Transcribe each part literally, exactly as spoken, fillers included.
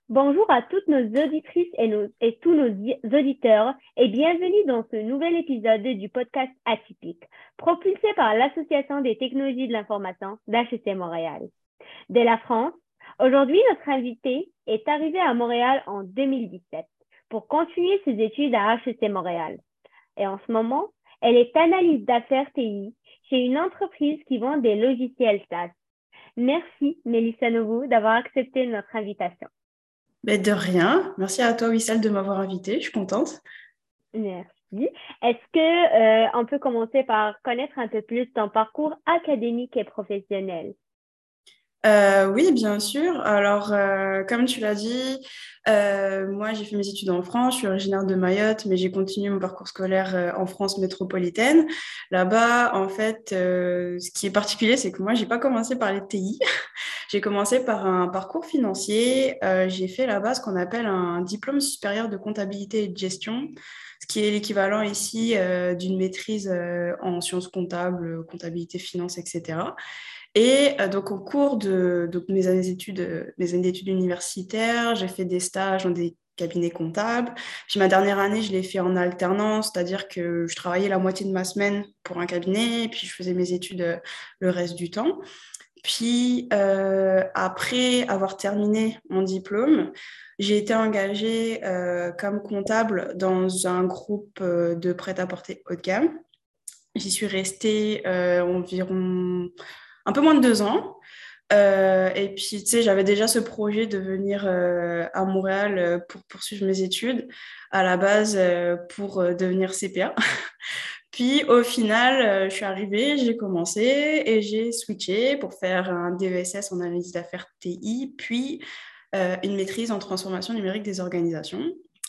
Bonjour à toutes nos auditrices et, nos- et tous nos di- auditeurs et bienvenue dans ce nouvel épisode du podcast Atypique, propulsé par l'Association des technologies de l'information d'H E C Montréal. De la France, aujourd'hui notre invitée est arrivée à Montréal en deux mille dix-sept pour continuer ses études à H E C Montréal. Et en ce moment, elle est analyste d'affaires T I chez une entreprise qui vend des logiciels SaaS. Merci Mélissa Novo d'avoir accepté notre invitation. Ben de rien. Merci à toi, Wissal, de m'avoir invitée. Je suis contente. Merci. Est-ce que euh, on peut commencer par connaître un peu plus ton parcours académique et professionnel? Euh, oui, bien sûr. Alors, euh, comme tu l'as dit, euh, moi, j'ai fait mes études en France. Je suis originaire de Mayotte, mais j'ai continué mon parcours scolaire euh, en France métropolitaine. Là-bas, en fait, euh, ce qui est particulier, c'est que moi, j'ai pas commencé par les T I. J'ai commencé par un parcours financier. Euh, j'ai fait là-bas ce qu'on appelle un diplôme supérieur de comptabilité et de gestion, ce qui est l'équivalent ici euh, d'une maîtrise euh, en sciences comptables, comptabilité, finance, et cetera. Et euh, donc, au cours de, de mes années d'études, euh, mes années d'études universitaires, j'ai fait des stages dans des cabinets comptables. Puis ma dernière année, je l'ai fait en alternance, c'est-à-dire que je travaillais la moitié de ma semaine pour un cabinet, et puis je faisais mes études euh, le reste du temps. Puis, euh, après avoir terminé mon diplôme, j'ai été engagée euh, comme comptable dans un groupe euh, de prêt-à-porter haut de gamme. J'y suis restée euh, environ un peu moins de deux ans. Euh, et puis, tu sais, j'avais déjà ce projet de venir euh, à Montréal euh, pour poursuivre mes études, à la base euh, pour euh, devenir C P A. Puis au final, euh, je suis arrivée, j'ai commencé et j'ai switché pour faire un D E S S en analyse d'affaires T I, puis euh, une maîtrise en transformation numérique des organisations.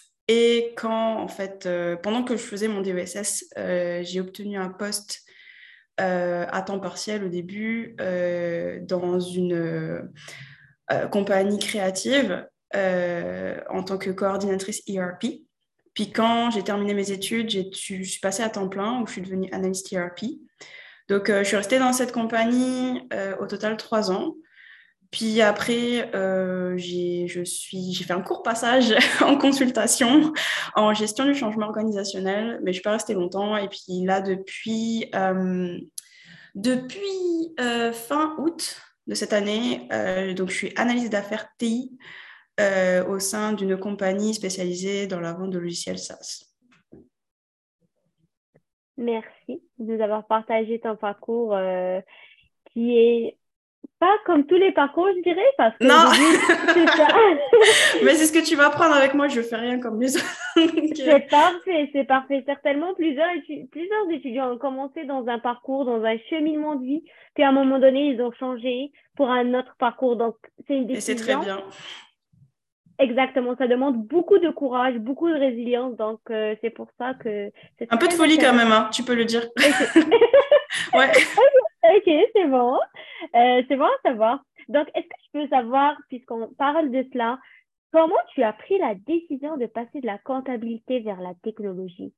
Et quand, en fait, euh, pendant que je faisais mon D E S S, euh, j'ai obtenu un poste euh, à temps partiel au début euh, dans une euh, euh, compagnie créative euh, en tant que coordinatrice E R P. Puis quand j'ai terminé mes études, j'ai, je suis passée à temps plein où je suis devenue analyste E R P. Donc, euh, je suis restée dans cette compagnie euh, au total trois ans. Puis après, euh, j'ai, je suis, j'ai fait un court passage en consultation, en gestion du changement organisationnel, mais je ne suis pas restée longtemps. Et puis là, depuis, euh, depuis euh, fin août de cette année, euh, donc je suis analyste d'affaires T I euh, au sein d'une compagnie spécialisée dans la vente de logiciels SaaS. Merci de nous avoir partagé ton parcours euh, qui est pas comme tous les parcours, je dirais, parce qu'au Non, début, c'est ça. mais c'est ce que tu vas apprendre avec moi, je ne fais rien comme les autres. C'est parfait, c'est parfait. Certainement, plusieurs, étu- plusieurs étudiants ont commencé dans un parcours, dans un cheminement de vie, puis à un moment donné, ils ont changé pour un autre parcours. Donc, c'est une Et c'est très décision. bien. Exactement, ça demande beaucoup de courage, beaucoup de résilience. Donc, euh, c'est pour ça que c'est Un peu de très folie quand intéressant. même, hein, tu peux le dire. Ok. Ouais. Ok, c'est bon. Euh, c'est bon à savoir. Donc, est-ce que je peux savoir, puisqu'on parle de cela, comment tu as pris la décision de passer de la comptabilité vers la technologie?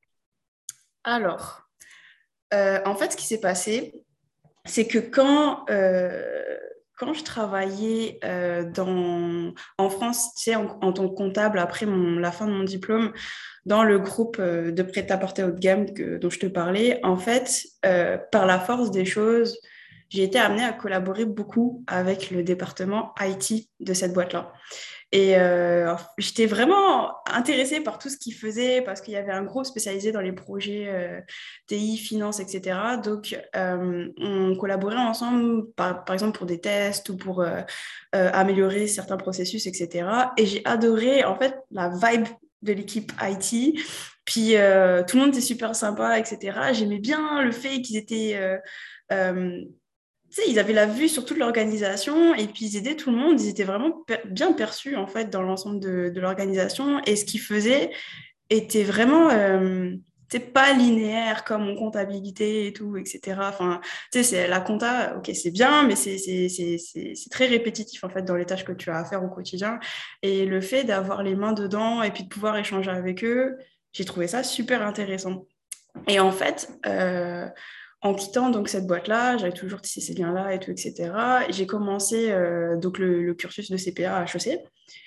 Alors, euh, en fait, ce qui s'est passé, c'est que quand, euh, quand je travaillais euh, dans, en France, tu sais, en, en tant que comptable, après mon, la fin de mon diplôme, dans le groupe euh, de prêt-à-porter haut de gamme que- dont je te parlais, en fait, euh, par la force des choses, j'ai été amenée à collaborer beaucoup avec le département I T de cette boîte-là. Et euh, j'étais vraiment intéressée par tout ce qu'il faisait parce qu'il y avait un groupe spécialisé dans les projets euh, T I, finance, et cetera. Donc, euh, on collaborait ensemble, par, par exemple, pour des tests ou pour euh, euh, améliorer certains processus, et cetera. Et j'ai adoré, en fait, la vibe de l'équipe I T. Puis, euh, tout le monde était super sympa, et cetera. J'aimais bien le fait qu'ils étaient... euh, euh, tu sais, ils avaient la vue sur toute l'organisation et puis ils aidaient tout le monde. Ils étaient vraiment per- bien perçus en fait dans l'ensemble de, de l'organisation et ce qu'ils faisaient était vraiment, euh, tu sais, pas linéaire comme en comptabilité et tout, et cetera. Enfin, tu sais, c'est la compta, ok, c'est bien, mais c'est c'est c'est c'est c'est très répétitif en fait dans les tâches que tu as à faire au quotidien. Et le fait d'avoir les mains dedans et puis de pouvoir échanger avec eux, j'ai trouvé ça super intéressant. Et en fait, euh, en quittant donc cette boîte-là, j'avais toujours tissé ces liens-là et tout, et cetera. Et j'ai commencé euh, donc le, le cursus de C P A à H E C.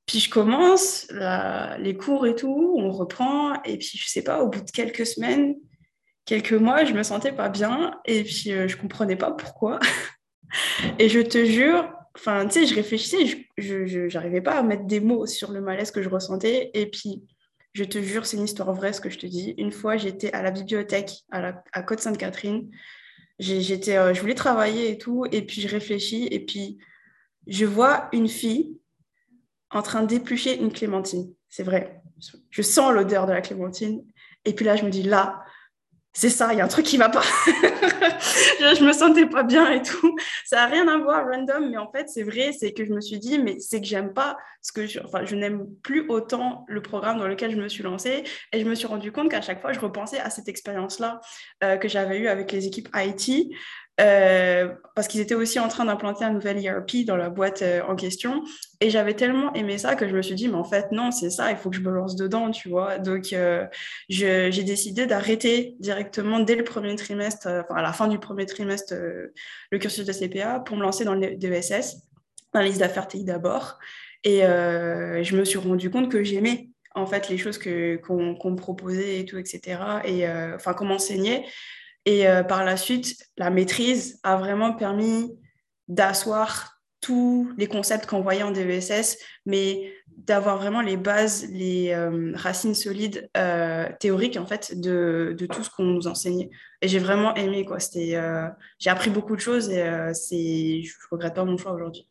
Puis je commence la- les cours et tout, on reprend, et puis je sais pas, au bout de quelques semaines, quelques mois, je me sentais pas bien, et puis euh, je comprenais pas pourquoi. Et je te jure, enfin, tu sais, je réfléchissais, je, je, je- j'arrivais pas à mettre des mots sur le malaise que je ressentais, et puis je te jure, c'est une histoire vraie ce que je te dis. Une fois, j'étais à la bibliothèque à, la, à Côte-Sainte-Catherine, J'ai- j'étais, euh, je voulais travailler et tout, et puis je réfléchis, et puis je vois une fille en train d'éplucher une clémentine. C'est vrai. Je sens l'odeur de la clémentine. Et puis là, je me dis, là, c'est ça, il y a un truc qui va pas. je, je me sentais pas bien et tout. Ça n'a rien à voir, random, mais en fait, c'est vrai, c'est que je me suis dit, mais c'est que j'aime pas ce que je, enfin, je n'aime plus autant le programme dans lequel je me suis lancée. Et je me suis rendu compte qu'à chaque fois, je repensais à cette expérience-là euh, que j'avais eue avec les équipes I T. Euh, parce qu'ils étaient aussi en train d'implanter un nouvel E R P dans la boîte euh, en question. Et j'avais tellement aimé ça que je me suis dit, mais en fait, non, c'est ça, il faut que je me lance dedans, tu vois. Donc, euh, je- j'ai décidé d'arrêter directement dès le premier trimestre, euh, enfin à la fin du premier trimestre, euh, le cursus de C P A pour me lancer dans le D E S S, dans les affaires T I d'abord. Et euh, je me suis rendu compte que j'aimais en fait les choses que, qu'on, qu'on me proposait et tout, et cetera. Et euh, enfin, qu'on m'enseignait. Et euh, par la suite, la maîtrise a vraiment permis d'asseoir tous les concepts qu'on voyait en D E S S, mais d'avoir vraiment les bases, les euh, racines solides euh, théoriques en fait de, de tout ce qu'on nous enseignait. Et j'ai vraiment aimé quoi. C'était, euh, j'ai appris beaucoup de choses et euh, c'est, je regrette pas mon choix aujourd'hui.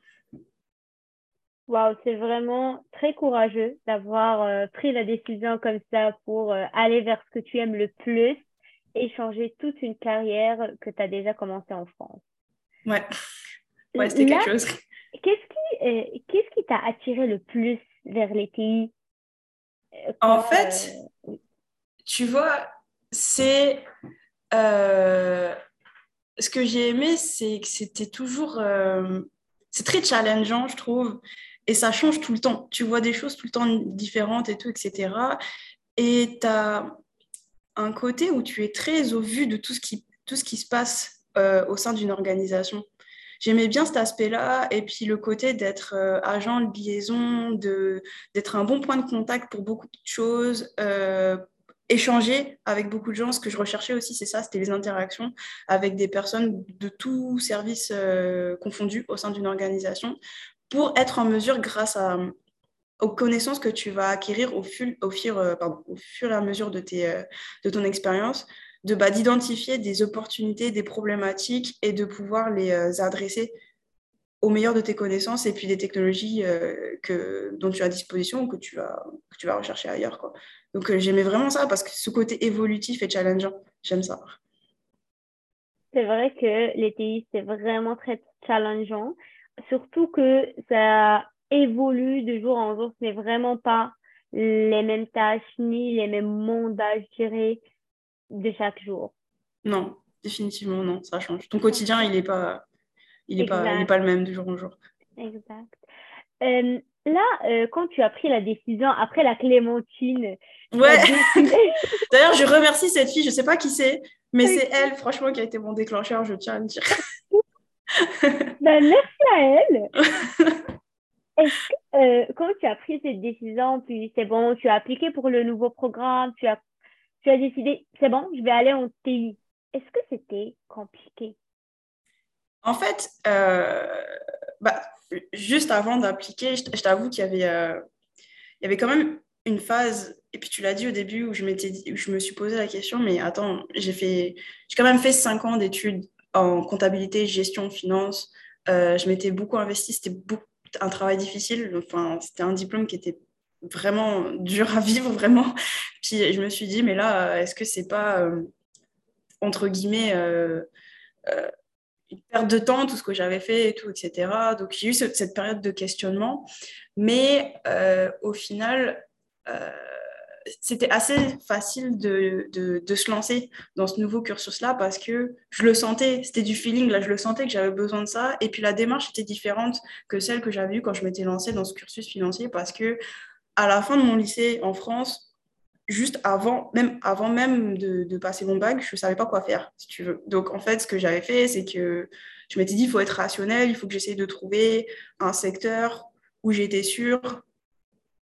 Waouh, c'est vraiment très courageux d'avoir euh, pris la décision comme ça pour euh, aller vers ce que tu aimes le plus et changer toute une carrière que tu as déjà commencé en France. Ouais, ouais, c'était Là, quelque chose. qu'est-ce qui, euh, qu'est-ce qui t'a attiré le plus vers les T I euh, En quand, euh, fait, tu vois, c'est euh, ce que j'ai aimé, c'est que c'était toujours, euh, c'est très challengeant, je trouve, et ça change tout le temps. Tu vois des choses tout le temps différentes et tout, et cetera. Et tu as un côté où tu es très au vu de tout ce qui, tout ce qui se passe euh, au sein d'une organisation. J'aimais bien cet aspect-là, et puis le côté d'être euh, agent de liaison, de, d'être un bon point de contact pour beaucoup de choses, euh, échanger avec beaucoup de gens. Ce que je recherchais aussi, c'est ça, c'était les interactions avec des personnes de tous services euh, confondus au sein d'une organisation, pour être en mesure, grâce à, aux connaissances que tu vas acquérir au, fur, au, fur, euh, pardon, au fur et à mesure de, tes, euh, de ton expérience, de, bah, d'identifier des opportunités, des problématiques et de pouvoir les euh, adresser au meilleur de tes connaissances et puis des technologies euh, que, dont tu as à disposition ou que tu vas, que tu vas rechercher ailleurs, quoi. Donc euh, j'aimais vraiment ça parce que ce côté évolutif et challengeant, j'aime ça. c'est vrai que les T I, c'est vraiment très challengeant, surtout que ça évolue de jour en jour, ce n'est vraiment pas les mêmes tâches ni les mêmes mandats, je dirais, de chaque jour. Non, définitivement non, ça change. Ton quotidien, il n'est pas, il est pas, il est Exact, pas le même de jour en jour. exact. Euh, là, euh, quand tu as pris la décision, après la clémentine, tu as Ouais, décidé. d'ailleurs, je remercie cette fille, je sais pas qui c'est, mais c'est elle, franchement, qui a été mon déclencheur, je tiens à le dire. Ben, merci à elle. Est-ce que euh, quand tu as pris cette décision, puis c'est bon, tu as appliqué pour le nouveau programme, tu as, tu as décidé, c'est bon, je vais aller en T I. Est-ce que c'était compliqué? En fait, euh, bah, juste avant d'appliquer, je, je t'avoue qu'il y avait, euh, il y avait quand même une phase, et puis tu l'as dit au début, où je m'étais dit- où je me suis posé la question, mais attends, j'ai fait, j'ai quand même fait cinq ans d'études en comptabilité, gestion, finance. Euh, je m'étais beaucoup investie, c'était beaucoup, un travail difficile. Enfin, c'était un diplôme qui était vraiment dur à vivre, vraiment. Puis je me suis dit, mais là, euh, est-ce que c'est pas, euh, entre guillemets, euh, euh, une perte de temps, tout ce que j'avais fait et tout, et cetera. Donc j'ai eu ce- cette période de questionnement, mais euh, au final, euh, c'était assez facile de, de, de, se lancer dans ce nouveau cursus-là parce que je le sentais, c'était du feeling, là je le sentais que j'avais besoin de ça. Et puis la démarche était différente que celle que j'avais eue quand je m'étais lancée dans ce cursus financier parce que à la fin de mon lycée en France, juste avant même, avant même de, de passer mon bac, je ne savais pas quoi faire, si tu veux. Donc, en fait, ce que j'avais fait, c'est que je m'étais dit, il faut être rationnel, il faut que j'essaye de trouver un secteur où j'étais sûre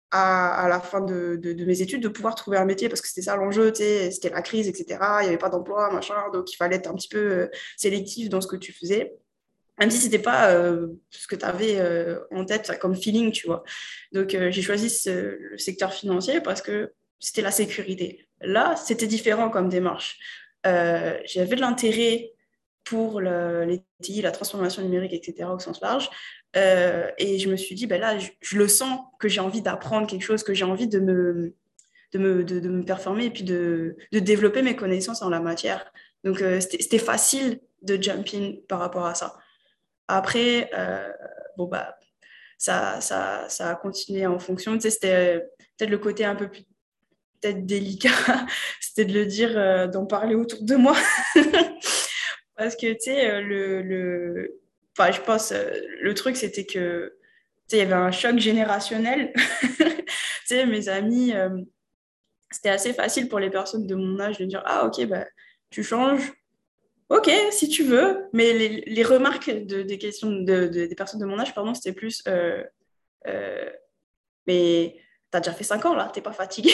à, à la fin de, de, de mes études de pouvoir trouver un métier parce que c'était ça l'enjeu, tu sais, c'était la crise, et cetera. Il n'y avait pas d'emploi, machin, donc il fallait être un petit peu euh, sélectif dans ce que tu faisais. Même si ce n'était pas euh, ce que tu avais euh, en tête comme feeling, tu vois. Donc, euh, j'ai choisi ce- le secteur financier parce que c'était la sécurité. Là, c'était différent comme démarche. Euh, j'avais de l'intérêt pour le, les T I, la transformation numérique, et cetera, au sens large. Euh, et je me suis dit, ben là, je, je le sens que j'ai envie d'apprendre quelque chose, que j'ai envie de me, de me, de, de me performer et puis de, de développer mes connaissances en la matière. Donc, euh, c'était c'était facile de jump in par rapport à ça. Après, euh, bon, bah, ça, ça, ça a continué en fonction. Tu sais, c'était euh, peut-être le côté un peu plus peut-être délicat, c'était de le dire, euh, d'en parler autour de moi. Parce que, tu sais, euh, le, le... Enfin, je pense, euh, le truc, c'était que, tu sais, il y avait un choc générationnel. Tu sais, mes amis, euh, c'était assez facile pour les personnes de mon âge de dire, ah, ok, bah, tu changes. Ok, si tu veux, mais les, les remarques de, des questions de, de- des personnes de mon âge, pardon, c'était plus euh, euh, mais t'as déjà fait cinq ans là, t'es pas fatiguée.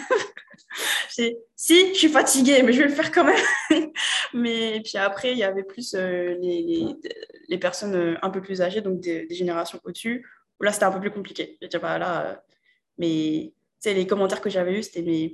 J'ai, si, je suis fatiguée, mais je vais le faire quand même. Mais puis après, il y avait plus euh, les, les, les personnes euh, un peu plus âgées, donc des, des générations au-dessus, où là c'était un peu plus compliqué. Je veux dire, bah, là, euh, mais tu sais, les commentaires que j'avais eus, c'était mais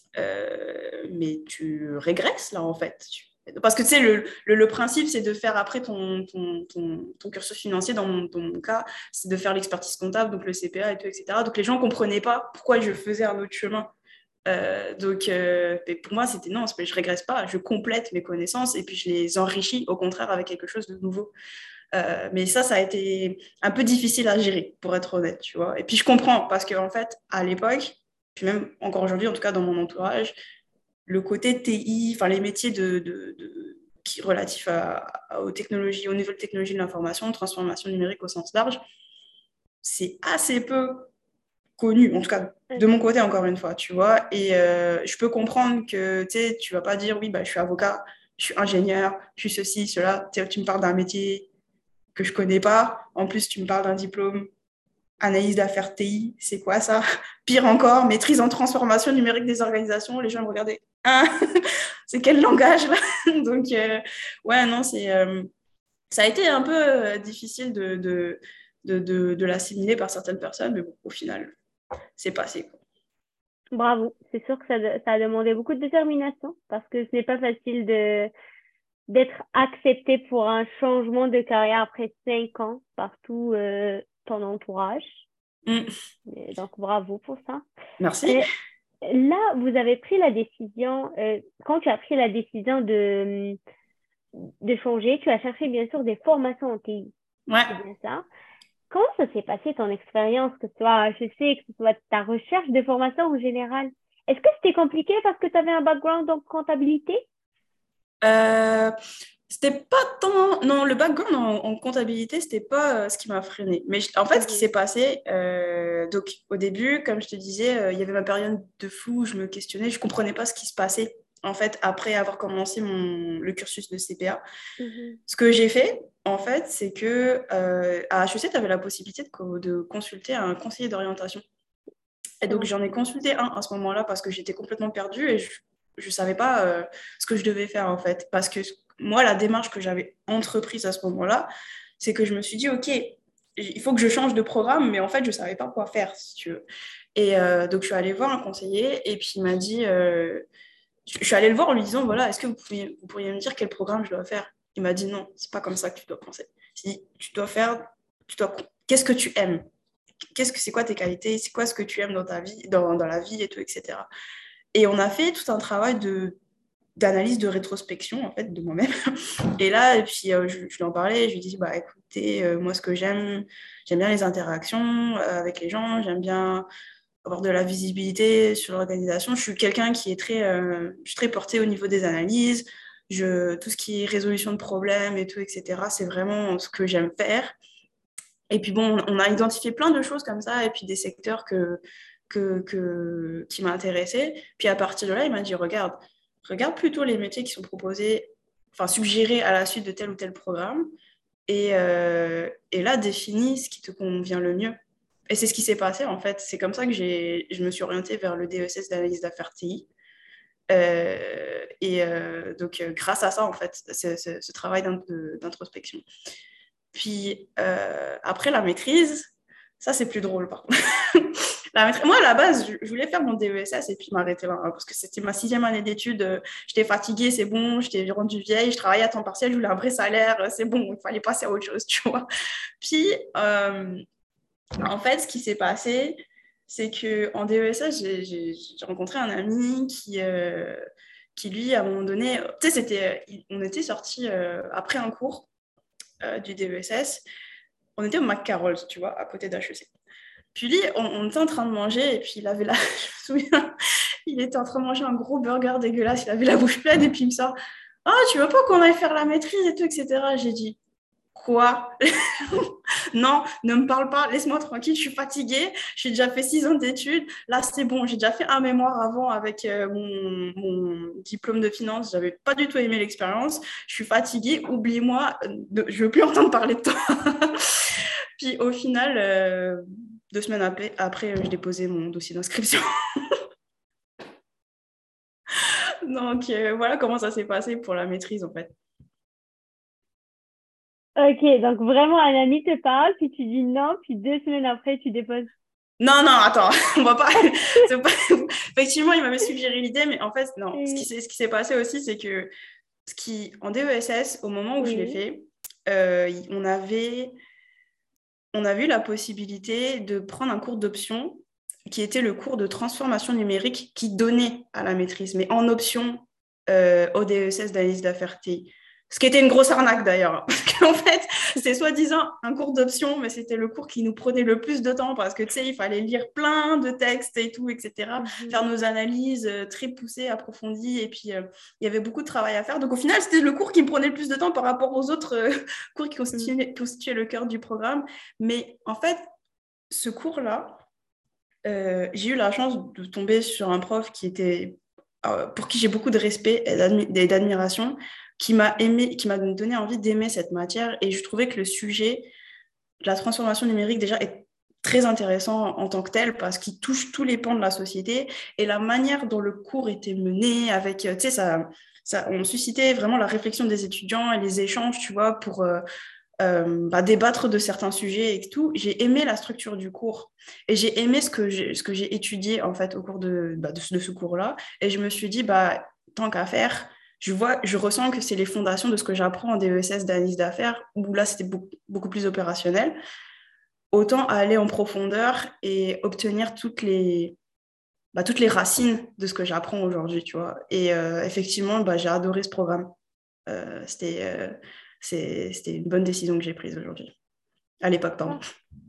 euh, mais tu régresses là en fait. Parce que tu sais, le, le, le principe, c'est de faire après ton, ton, ton, ton cursus financier, dans mon, dans mon cas, c'est de faire l'expertise comptable, donc le C P A et tout, et cetera. Donc les gens ne comprenaient pas pourquoi je faisais un autre chemin. Euh, donc euh, pour moi, c'était non, je ne régresse pas, je complète mes connaissances et puis je les enrichis au contraire avec quelque chose de nouveau. Euh, mais ça, ça a été un peu difficile à gérer, pour être honnête, tu vois. Et puis je comprends, parce qu'en fait, à l'époque, puis même encore aujourd'hui, en tout cas dans mon entourage, le côté T I, enfin les métiers de, de, de, qui relatifs à, à, aux technologies, aux nouvelles technologies de l'information, transformation numérique au sens large, c'est assez peu connu, en tout cas de mon côté encore une fois, tu vois. Et euh, je peux comprendre que tu sais, tu vas pas dire oui, bah, je suis avocat, je suis ingénieur, je suis ceci, cela. Tu me parles d'un métier que je connais pas. En plus, tu me parles d'un diplôme analyse d'affaires T I, c'est quoi ça? Pire encore, maîtrise en transformation numérique des organisations. Les gens me regardaient, hein, c'est quel langage là? Donc, euh, ouais, non, c'est, euh, ça a été un peu euh, difficile de, de, de, de, de l'assimiler par certaines personnes, mais bon, au final, c'est passé. Bravo. C'est sûr que ça, de- ça a demandé beaucoup de détermination parce que ce n'est pas facile de d'être accepté pour un changement de carrière après cinq ans par tout euh, ton entourage. Mm. Et donc, bravo pour ça. Merci. Euh, Là, vous avez pris la décision, euh, quand tu as pris la décision de, de changer, tu as cherché bien sûr des formations en T I. Ouais. C'est bien ça. Comment ça s'est passé ton expérience, que ce soit à H E C, que ce soit ta recherche de formation en général? Est-ce que c'était compliqué parce que tu avais un background en comptabilité? Euh, C'était pas tant. Non, le background en, en comptabilité, c'était pas euh, ce qui m'a freiné. Mais je- en fait, ce qui s'est Mhm. passé, euh, donc au début, comme je te disais, euh, il y avait ma période de flou où je me questionnais, je comprenais pas ce qui se passait. En fait, après avoir commencé mon, le cursus de C P A, Mhm. ce que j'ai fait, en fait, c'est que euh, à H E C, tu avais la possibilité de, co- de consulter un conseiller d'orientation. Et donc, Ouais. j'en ai consulté un à ce moment-là parce que j'étais complètement perdue et je ne savais pas euh, ce que je devais faire, en fait. Parce que moi, la démarche que j'avais entreprise à ce moment-là, c'est que je me suis dit, OK, il faut que je change de programme, mais en fait, je ne savais pas quoi faire, si tu veux. Et euh, donc, je suis allée voir un conseiller et puis il m'a dit, euh, je je suis allée le voir en lui disant, voilà, est-ce que vous pourriez, vous pourriez me dire quel programme je dois faire? Il m'a dit, non, c'est pas comme ça que tu dois penser. Il dit, tu dois faire, tu dois, qu'est-ce que tu aimes? Qu'est-ce que c'est quoi tes qualités, c'est quoi ce que tu aimes dans ta vie, dans, dans la vie et tout, et cetera. Et on a fait tout un travail de d'analyse de rétrospection en fait de moi-même. Et là, et puis euh, je, je lui en parlais, je lui dis bah écoutez, euh, moi ce que j'aime, j'aime bien les interactions euh, avec les gens, j'aime bien avoir de la visibilité sur l'organisation. Je suis quelqu'un qui est très, euh, je suis très porté au niveau des analyses. Je, tout ce qui est résolution de problèmes et tout, et cetera, c'est vraiment ce que j'aime faire. Et puis bon, on a identifié plein de choses comme ça, et puis des secteurs que, que, que, qui m'intéressaient. Puis à partir de là, il m'a dit, regarde, regarde plutôt les métiers qui sont proposés, enfin suggérés à la suite de tel ou tel programme, et, euh, et là, définis ce qui te convient le mieux. et c'est ce qui s'est passé, en fait. C'est comme ça que j'ai, je me suis orientée vers le D E S S d'analyse d'affaires T I. Euh, et euh, donc, euh, grâce à ça, en fait, ce, ce, ce travail d'introspection. Puis, euh, après la maîtrise, ça, c'est plus drôle, par contre. La maîtrise... Moi, à la base, je, je voulais faire mon D E S S et puis m'arrêter là, hein, parce que c'était ma sixième année d'études. Euh, j'étais fatiguée, c'est bon, j'étais rendue vieille, je travaillais à temps partiel, je voulais un vrai salaire, euh, c'est bon, il fallait passer à autre chose, tu vois. Puis, euh, en fait, ce qui s'est passé, c'est qu'en D E S S, j'ai, j'ai, j'ai rencontré un ami qui, euh, qui, lui, à un moment donné, tu sais, c'était, on était sortis euh, après un cours euh, du D E S S, on était au McCarroll's, tu vois, à côté d'H E C. Puis lui, on, on était en train de manger et puis il avait la, je me souviens, il était en train de manger un gros burger dégueulasse, il avait la bouche pleine et puis il me sort, ah, oh, tu veux pas qu'on aille faire la maîtrise et tout, et cetera. J'ai dit, quoi? Non, ne me parle pas, laisse-moi tranquille, je suis fatiguée, j'ai déjà fait six ans d'études, là c'est bon, j'ai déjà fait un mémoire avant avec euh, mon, mon diplôme de finance, j'avais pas du tout aimé l'expérience, je suis fatiguée, oublie-moi, euh, je veux plus entendre parler de toi. Puis au final, euh, deux semaines après, après euh, je déposais mon dossier d'inscription. Donc euh, voilà comment ça s'est passé pour la maîtrise en fait. Ok, donc vraiment un ami te parle, puis tu dis non, puis deux semaines après, tu déposes. Non, non, attends, on va pas... pas... Effectivement, il m'avait suggéré l'idée, mais en fait, non. Ce qui, Et... s'est, ce qui s'est passé aussi, c'est que ce qui, en D E S S, au moment où je l'ai Oui. fait, euh, on avait, on avait eu la possibilité de prendre un cours d'option qui était le cours de transformation numérique qui donnait à la maîtrise, mais en option euh, au D E S S d'analyse d'affaires T I. Ce qui était une grosse arnaque d'ailleurs, parce qu'en fait, c'est soi-disant un cours d'option, mais c'était le cours qui nous prenait le plus de temps parce que tu sais, il fallait lire plein de textes et tout, et cetera. Mhm. Faire nos analyses euh, très poussées, approfondies, et puis euh, il y avait beaucoup de travail à faire. Donc au final, c'était le cours qui me prenait le plus de temps par rapport aux autres euh, cours qui constituaient, constituaient le cœur du programme. Mais en fait, ce cours-là, euh, j'ai eu la chance de tomber sur un prof qui était, euh, pour qui j'ai beaucoup de respect et d'admi- et d'admiration, qui m'a aimé, qui m'a donné envie d'aimer cette matière. Et je trouvais que le sujet de la transformation numérique déjà est très intéressant en tant que tel parce qu'il touche tous les pans de la société et la manière dont le cours était mené avec, euh, tu sais, ça, ça, on suscitait vraiment la réflexion des étudiants et les échanges, tu vois, pour euh, euh, bah, débattre de certains sujets et tout. J'ai aimé la structure du cours et j'ai aimé ce que j'ai, ce que j'ai étudié en fait au cours de, bah, de, de ce cours-là. Et je me suis dit, bah, tant qu'à faire, je vois, je ressens que c'est les fondations de ce que j'apprends en D E S S d'analyse d'affaires, où là, c'était beaucoup, beaucoup plus opérationnel. Autant aller en profondeur et obtenir toutes les, bah, toutes les racines de ce que j'apprends aujourd'hui, tu vois. Et euh, effectivement, bah, j'ai adoré ce programme. Euh, c'était, euh, c'est, c'était une bonne décision que j'ai prise aujourd'hui. À l'époque, pardon. Par-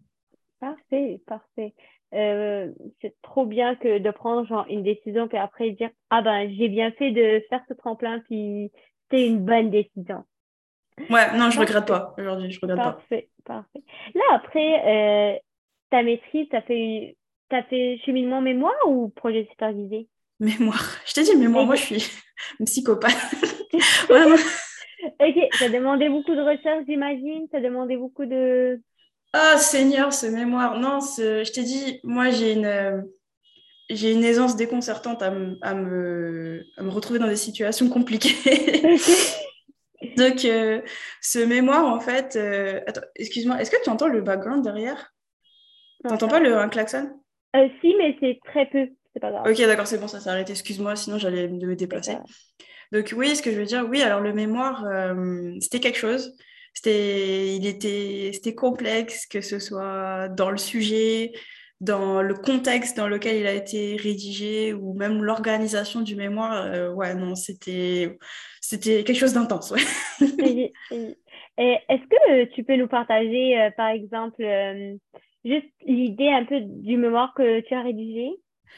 Parfait, parfait. Euh, c'est trop bien que de prendre genre une décision puis après dire ah ben j'ai bien fait de faire ce tremplin puis c'est une bonne décision. Ouais, non, je regrette Parfait, pas aujourd'hui, je regrette pas. parfait, parfait. Là après euh, ta maîtrise, t'as fait t'as fait cheminement mémoire ou projet supervisé? Mémoire. Je t'ai dit mémoire, moi je Ok. suis une psychopathe. Ouais, non. Ok, ça demandait beaucoup de recherche, j'imagine. Ça demandait beaucoup de. Ah, Seigneur, ce mémoire. Non, ce- je t'ai dit, moi j'ai une, euh, j'ai une aisance déconcertante à me, à me, à me retrouver dans des situations compliquées. Ok. Donc, euh, ce mémoire, en fait, euh, attends, excuse-moi, est-ce que tu entends le background derrière? Non, T'entends ça pas va. le un klaxon? Euh, si, mais c'est très peu. C'est pas grave. Ok, d'accord, c'est bon, ça s'est arrêté. Excuse-moi, sinon j'allais me C'est pas déplacer. grave. Donc oui, ce que je veux dire, oui, alors le mémoire, euh, c'était quelque chose. C'était, il était, c'était complexe, que ce soit dans le sujet, dans le contexte dans lequel il a été rédigé, ou même l'organisation du mémoire. Euh, ouais, non, c'était, c'était quelque chose d'intense. Ouais. Et- et- et Est-ce que euh, tu peux nous partager, euh, par exemple, euh, juste l'idée un peu du mémoire que tu as rédigé?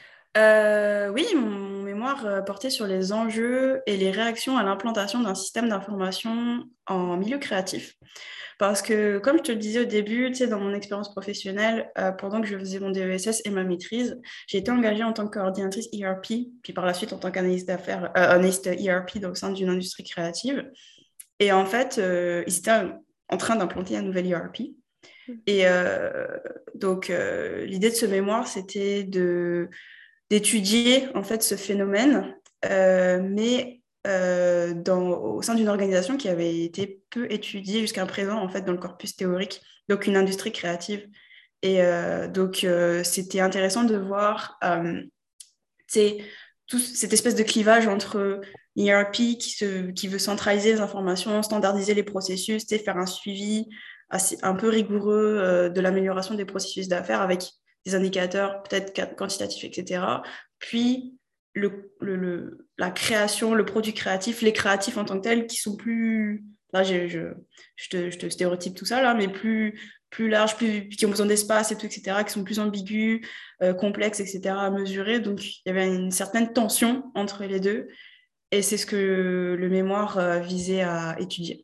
Euh, oui, mon mémoire euh, portait sur les enjeux et les réactions à l'implantation d'un système d'information en milieu créatif. Parce que, comme je te le disais au début, tu sais, dans mon expérience professionnelle, euh, pendant que je faisais mon D E S S et ma maîtrise, j'ai été engagée en tant que coordinatrice E R P, puis par la suite en tant qu'analyste d'affaires, euh, analyste E R P au sein d'une industrie créative. Et en fait, euh, ils étaient en train d'implanter un nouvel E R P. Et euh, donc, euh, l'idée de ce mémoire, c'était de, d'étudier en fait ce phénomène, euh, mais euh, dans, au sein d'une organisation qui avait été peu étudiée jusqu'à présent en fait dans le corpus théorique, donc une industrie créative. Et euh, donc, euh, c'était intéressant de voir euh, c'est tout cette espèce de clivage entre l'E R P qui, se, qui veut centraliser les informations, standardiser les processus, faire un suivi assez, un peu rigoureux euh, de l'amélioration des processus d'affaires avec des indicateurs peut-être quantitatifs, et cetera. Puis le, le, le, la création, le produit créatif, les créatifs en tant que tels qui sont plus... Là, je, je, je, te, je te stéréotype tout ça, là, mais plus, plus larges, plus, qui ont besoin d'espace et tout, et cetera, qui sont plus ambigus, euh, complexes, et cetera, à mesurer. Donc, il y avait une certaine tension entre les deux. Et c'est ce que le mémoire euh, visait à étudier.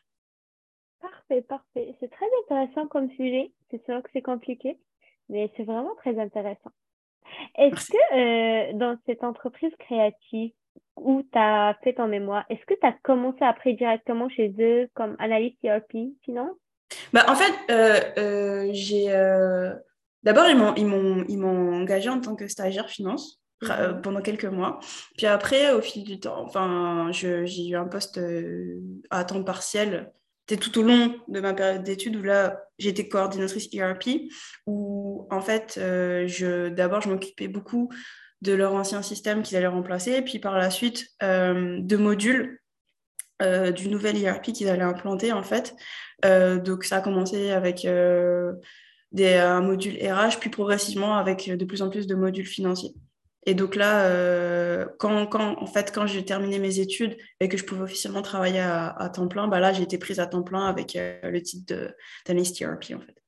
Parfait, parfait. C'est très intéressant comme sujet. C'est sûr que c'est compliqué, mais c'est vraiment très intéressant. Est-ce Merci. que euh, dans cette entreprise créative où tu as fait ton mémoire, est-ce que tu as commencé après directement chez eux comme analyste E R P, sinon? Bah, en fait, euh, euh, j'ai... euh, D'abord, ils m'ont, ils m'ont, ils m'ont engagé en tant que stagiaire finance euh, Mhm. pendant quelques mois. Puis après, au fil du temps, enfin, je- j'ai eu un poste euh, à temps partiel. C'était tout au long de ma période d'études où là, j'étais coordinatrice E R P, où en fait, euh, je, d'abord, je m'occupais beaucoup de leur ancien système qu'ils allaient remplacer, puis par la suite, euh, de modules euh, du nouvel E R P qu'ils allaient implanter en fait. Euh, donc ça a commencé avec euh, des, un module R H, puis progressivement avec de plus en plus de modules financiers. Et donc là, euh, quand, quand, en fait, quand j'ai terminé mes études et que je pouvais officiellement travailler à, à temps plein, bah là, j'ai été prise à temps plein avec euh, le titre de- d'analyste E R P en fait.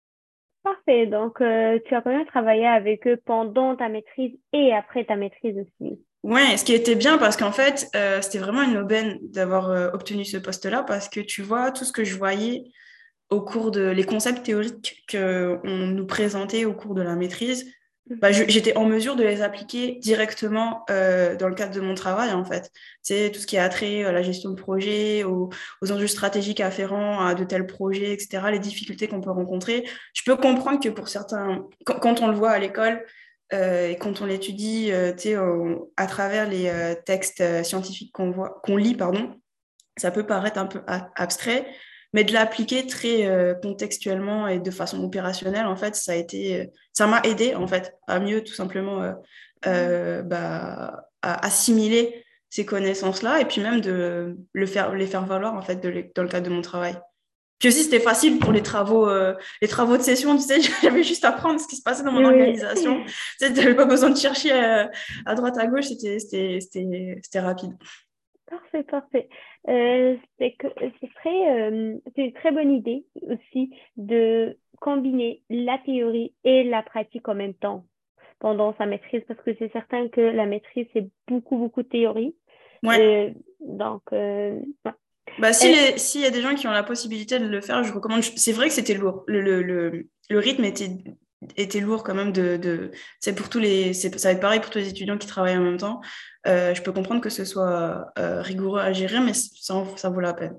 Parfait. Donc, euh, tu as quand même travaillé avec eux pendant ta maîtrise et après ta maîtrise aussi. Ouais, ce qui était bien parce qu'en fait, euh, c'était vraiment une aubaine d'avoir euh, obtenu ce poste-là parce que tu vois, tout ce que je voyais au cours de les concepts théoriques qu'on nous présentait au cours de la maîtrise, bah, je- Mhm. j'étais en mesure de les appliquer directement euh, dans le cadre de mon travail, en fait. C'est tout ce qui a trait à la gestion de projet, aux, aux enjeux stratégiques afférents à de tels projets, et cetera, les difficultés qu'on peut rencontrer. Je peux comprendre que pour certains, quand, quand on le voit à l'école, euh, et quand on l'étudie euh, tu sais, on- à travers les euh, textes euh, scientifiques qu'on voit, qu'on lit, pardon, ça peut paraître un peu a- abstrait, mais de l'appliquer très euh, contextuellement et de façon opérationnelle, en fait, ça a été, euh, ça m'a aidé en fait à mieux tout simplement euh, Mhm. euh, bah, à assimiler ces connaissances-là et puis même de le faire, les faire valoir en fait de les- dans le cadre de mon travail. Puis aussi, c'était facile pour les travaux, euh, les travaux de session, tu sais, j'avais juste à apprendre ce qui se passait dans mon Oui. organisation. Tu sais, t'avais pas besoin de chercher euh, à droite, à gauche, c'était, c'était, c'était, c'était rapide. Parfait, parfait. Euh, c'est que c'est très, euh, c'est une très bonne idée aussi de combiner la théorie et la pratique en même temps pendant sa maîtrise, parce que c'est certain que la maîtrise, c'est beaucoup, beaucoup de théorie. Ouais. Euh, donc, euh, ouais. Bah, si Euh, les- s'il y a des gens qui ont la possibilité de le faire, je recommande. C'est vrai que c'était lourd. Le, le, le, le rythme était, était lourd quand même de, de... C'est pour tous les... c'est- Ça va être pareil pour tous les étudiants qui travaillent en même temps. Euh, je peux comprendre que ce soit euh, rigoureux à gérer, mais ça, en- ça vaut la peine.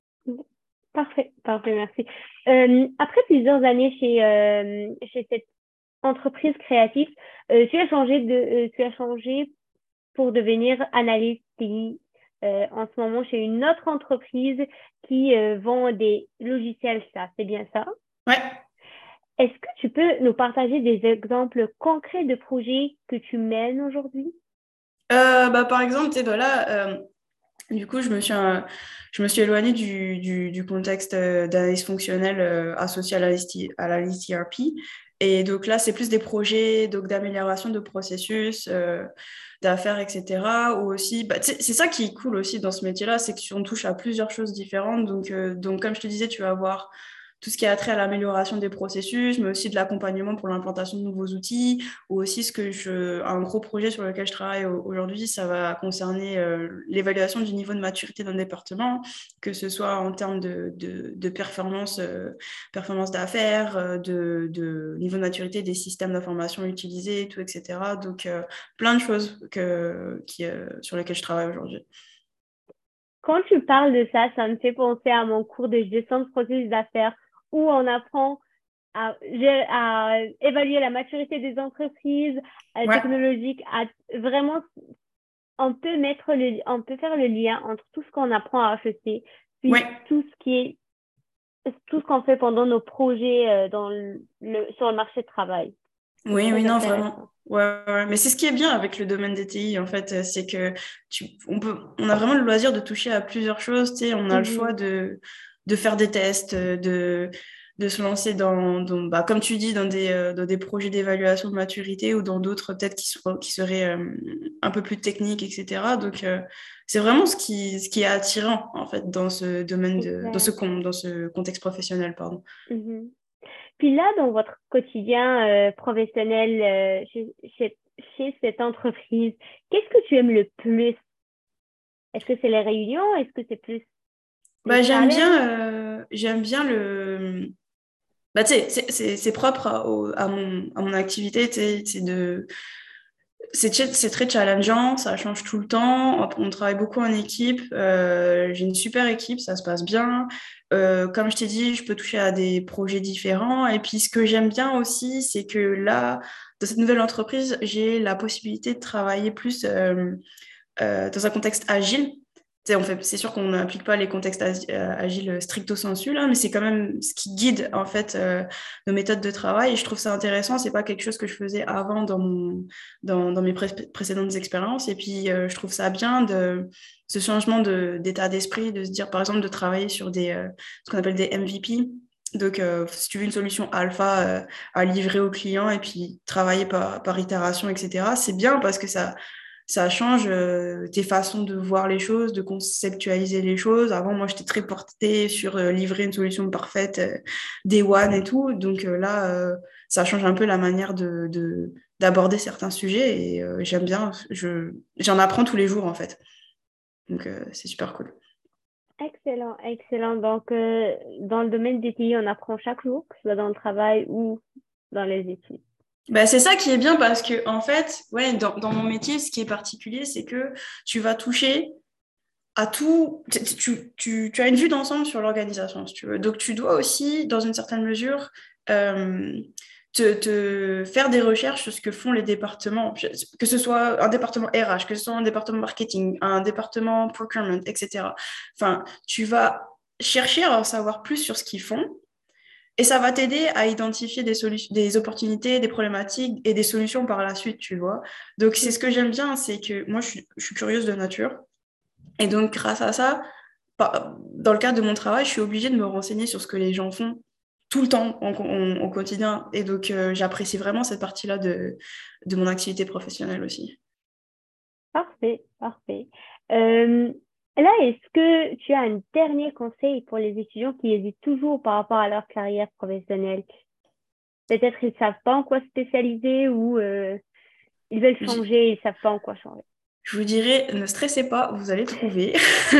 Parfait, parfait, merci. Euh, après plusieurs années chez, euh, chez cette entreprise créative, euh, tu as changé de, euh, tu as changé pour devenir analyste T I euh, en ce moment chez une autre entreprise qui euh, vend des logiciels S A A. C'est bien ça? Ouais. Est-ce que tu peux nous partager des exemples concrets de projets que tu mènes aujourd'hui? Euh, bah, par exemple, tu sais, bah là, euh, du coup, je me suis, euh, je me suis éloignée du, du, du contexte euh, d'analyse fonctionnelle euh, associé à la liste, à la liste E R P. Et donc là, c'est plus des projets donc, d'amélioration de processus, euh, d'affaires, et cetera. Ou aussi, bah, tu sais, c'est ça qui est cool aussi dans ce métier-là, c'est qu'on touche à plusieurs choses différentes. Donc, euh, donc, comme je te disais, tu vas avoir tout ce qui a trait à l'amélioration des processus, mais aussi de l'accompagnement pour l'implantation de nouveaux outils, ou aussi ce que je, un gros projet sur lequel je travaille aujourd'hui, ça va concerner euh, l'évaluation du niveau de maturité d'un département, que ce soit en termes de, de, de performance, euh, performance d'affaires, euh, de, de niveau de maturité des systèmes d'information utilisés, tout, et cetera. Donc, euh, plein de choses que, qui, euh, sur lesquelles je travaille aujourd'hui. Quand tu parles de ça, ça me fait penser à mon cours de gestion de processus d'affaires où on apprend à, à évaluer la maturité des entreprises euh, Ouais, technologiques, à vraiment, on peut mettre le, on peut faire le lien entre tout ce qu'on apprend à H E C, puis ouais. tout ce qui est, tout ce qu'on fait pendant nos projets euh, dans le, le- sur le marché de travail. C'est Oui, oui, très non, intéressant. vraiment. Ouais, ouais, ouais. Mais c'est ce qui est bien avec le domaine des T I, en fait, euh, c'est que tu, on peut, on a vraiment le loisir de toucher à plusieurs choses, tu sais, on a le choix Mhm, de, de faire des tests, euh, de, de se lancer dans, dans bah, comme tu dis, dans des, euh, dans des projets d'évaluation de maturité ou dans d'autres peut-être qui, seraient- qui seraient euh, un peu plus techniques, et cetera. Donc, euh, c'est vraiment ce qui, ce qui est attirant, en fait, dans ce domaine de, dans ce, exact. con- dans ce contexte professionnel, pardon. Mhm. Puis là, dans votre quotidien euh, professionnel euh, chez, chez, chez cette entreprise, qu'est-ce que tu aimes le plus? Est-ce que c'est les réunions? Est-ce que c'est plus le Bah, j'aime challenge? bien, euh, j'aime bien le. Bah, tu sais, c'est c'est- c'est propre à, au- à mon, à mon activité, tu sais, c'est de, c'est ch- c'est très challengeant, ça change tout le temps, on, on travaille beaucoup en équipe, euh, j'ai une super équipe, ça se passe bien. Euh, comme je t'ai dit, je peux toucher à des projets différents. Et puis, ce que j'aime bien aussi, c'est que là, dans cette nouvelle entreprise, j'ai la possibilité de travailler plus euh, euh, dans un contexte agile. Tu sais, on fait, c'est sûr qu'on n'applique pas les contextes asi- euh, agiles stricto sensu, là, mais c'est quand même ce qui guide en fait euh, nos méthodes de travail. Et je trouve ça intéressant. C'est pas quelque chose que je faisais avant dans mon, dans, dans mes pré- précédentes expériences. Et puis, euh, je trouve ça bien de ce changement de, d'état d'esprit, de se dire, par exemple, de travailler sur des, euh, ce qu'on appelle des M V P. Donc, euh, si tu veux une solution alpha euh, à livrer au client et puis travailler par, par itération, et cetera, c'est bien parce que ça, ça change euh, tes façons de voir les choses, de conceptualiser les choses. Avant, moi, j'étais très portée sur euh, livrer une solution parfaite, euh, day one et tout. Donc euh, là, euh, ça change un peu la manière de, de- d'aborder certains sujets et euh, j'aime bien. Je, j'en apprends tous les jours, en fait. Donc, euh, c'est super cool. Excellent, excellent. Donc, euh, dans le domaine des T I, on apprend chaque jour, que ce soit dans le travail ou dans les études. Bah, c'est ça qui est bien parce que, en fait, ouais, dans, dans mon métier, ce qui est particulier, c'est que tu vas toucher à tout, tu, tu, tu, tu as une vue d'ensemble sur l'organisation, si tu veux. Donc, tu dois aussi, dans une certaine mesure, euh, te, te faire des recherches sur ce que font les départements, que ce soit un département R H, que ce soit un département marketing, un département procurement, et cetera. Enfin, tu vas chercher à en savoir plus sur ce qu'ils font et ça va t'aider à identifier des solutions, des opportunités, des problématiques et des solutions par la suite, tu vois. Donc, c'est ce que Mhm. j'aime bien, c'est que moi, je suis, je suis curieuse de nature. Et donc, grâce à ça, par- dans le cadre de mon travail, je suis obligée de me renseigner sur ce que les gens font tout le temps en- en- au quotidien. Et donc, euh, j'apprécie vraiment cette partie-là de, de mon activité professionnelle aussi. Parfait, parfait. Euh, là, est-ce que tu as un dernier conseil pour les étudiants qui hésitent toujours par rapport à leur carrière professionnelle? Peut-être qu'ils ne savent pas en quoi se spécialiser ou euh, ils veulent Je, changer, ils ne savent pas en quoi changer. je vous dirais, ne stressez pas, vous allez trouver.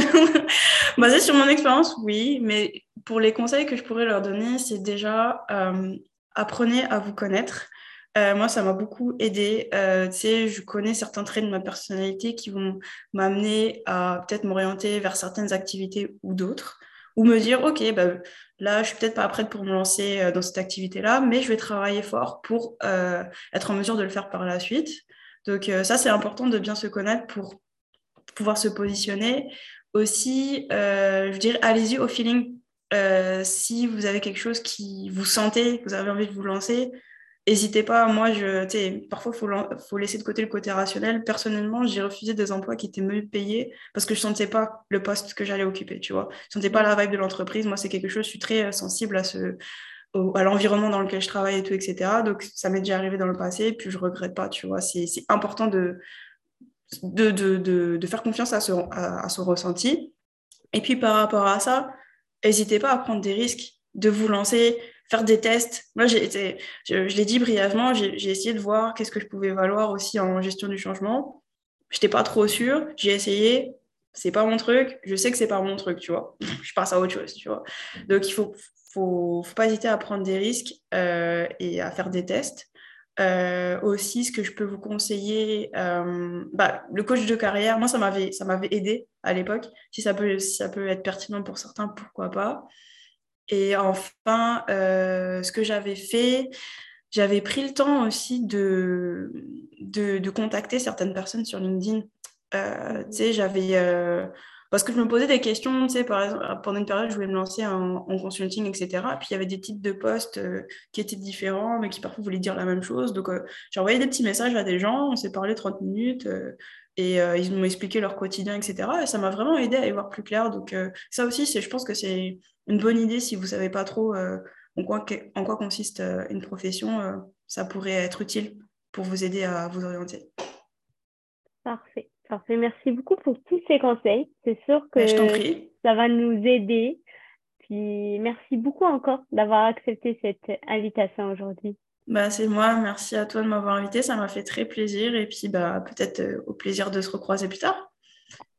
Basé sur mon expérience, oui, mais pour les conseils que je pourrais leur donner, c'est déjà euh, apprenez à vous connaître. Euh, moi, ça m'a beaucoup aidé. Euh, tu sais, je connais certains traits de ma personnalité qui vont m'amener à peut-être m'orienter vers certaines activités ou d'autres, ou me dire, OK, bah, là, je suis peut-être pas prête pour me lancer euh, dans cette activité-là, mais je vais travailler fort pour euh, être en mesure de le faire par la suite. Donc, euh, ça, c'est important de bien se connaître pour pouvoir se positionner. Aussi, euh, je dirais, allez-y au feeling. Euh, si vous avez quelque chose qui vous sentez, que vous avez envie de vous lancer, n'hésitez pas. Moi, je, tu sais, parfois, il faut, faut laisser de côté le côté rationnel. Personnellement, j'ai refusé des emplois qui étaient mieux payés parce que je ne sentais pas le poste que j'allais occuper, tu vois. Je ne sentais pas Mm. la vibe de l'entreprise. Moi, c'est quelque chose, je suis très euh, sensible à ce, au- à l'environnement dans lequel je travaille et tout, et cetera. Donc, ça m'est déjà arrivé dans le passé, puis je regrette pas, tu vois. C'est, c'est important de, de, de, de, de faire confiance à son, à, à son ressenti. Et puis par rapport à ça, n'hésitez pas à prendre des risques, de vous lancer, faire des tests. Moi, j'ai été, je, je l'ai dit brièvement, j'ai j'ai essayé de voir qu'est-ce que je pouvais valoir aussi en gestion du changement. Je n'étais pas trop sûre, j'ai essayé, c'est pas mon truc, je sais que c'est pas mon truc, tu vois. Je passe à autre chose, tu vois. Donc il faut, faut, faut pas hésiter à prendre des risques euh, et à faire des tests. Euh, aussi, ce que je peux vous conseiller, euh, bah, le coach de carrière, moi, ça m'avait, ça m'avait aidé à l'époque. Si ça peut, si ça peut être pertinent pour certains, pourquoi pas. Et enfin, euh, ce que j'avais fait, j'avais pris le temps aussi de, de, de contacter certaines personnes sur LinkedIn. Euh, tu Mhm. sais, j'avais... euh, parce que je me posais des questions, tu sais, par exemple, pendant une période, je voulais me lancer en, en consulting, et cetera. Puis il y avait des titres de postes euh, qui étaient différents, mais qui parfois voulaient dire la même chose. Donc, euh, j'ai envoyé des petits messages à des gens, on s'est parlé trente minutes, euh, et euh, ils m'ont expliqué leur quotidien, et cetera. Et ça m'a vraiment aidé à y voir plus clair. Donc, euh, ça aussi, c'est, je pense que c'est une bonne idée si vous savez pas trop euh, en quoi, en quoi consiste euh, une profession. Euh, ça pourrait être utile pour vous aider à vous orienter. Parfait, parfait. Merci beaucoup pour tous ces conseils. C'est sûr Ben, je t'en que prie. ça va nous aider. Puis merci beaucoup encore d'avoir accepté cette invitation aujourd'hui. Bah, c'est moi, merci à toi de m'avoir invité, ça m'a fait très plaisir et puis bah, peut-être euh, au plaisir de se recroiser plus tard.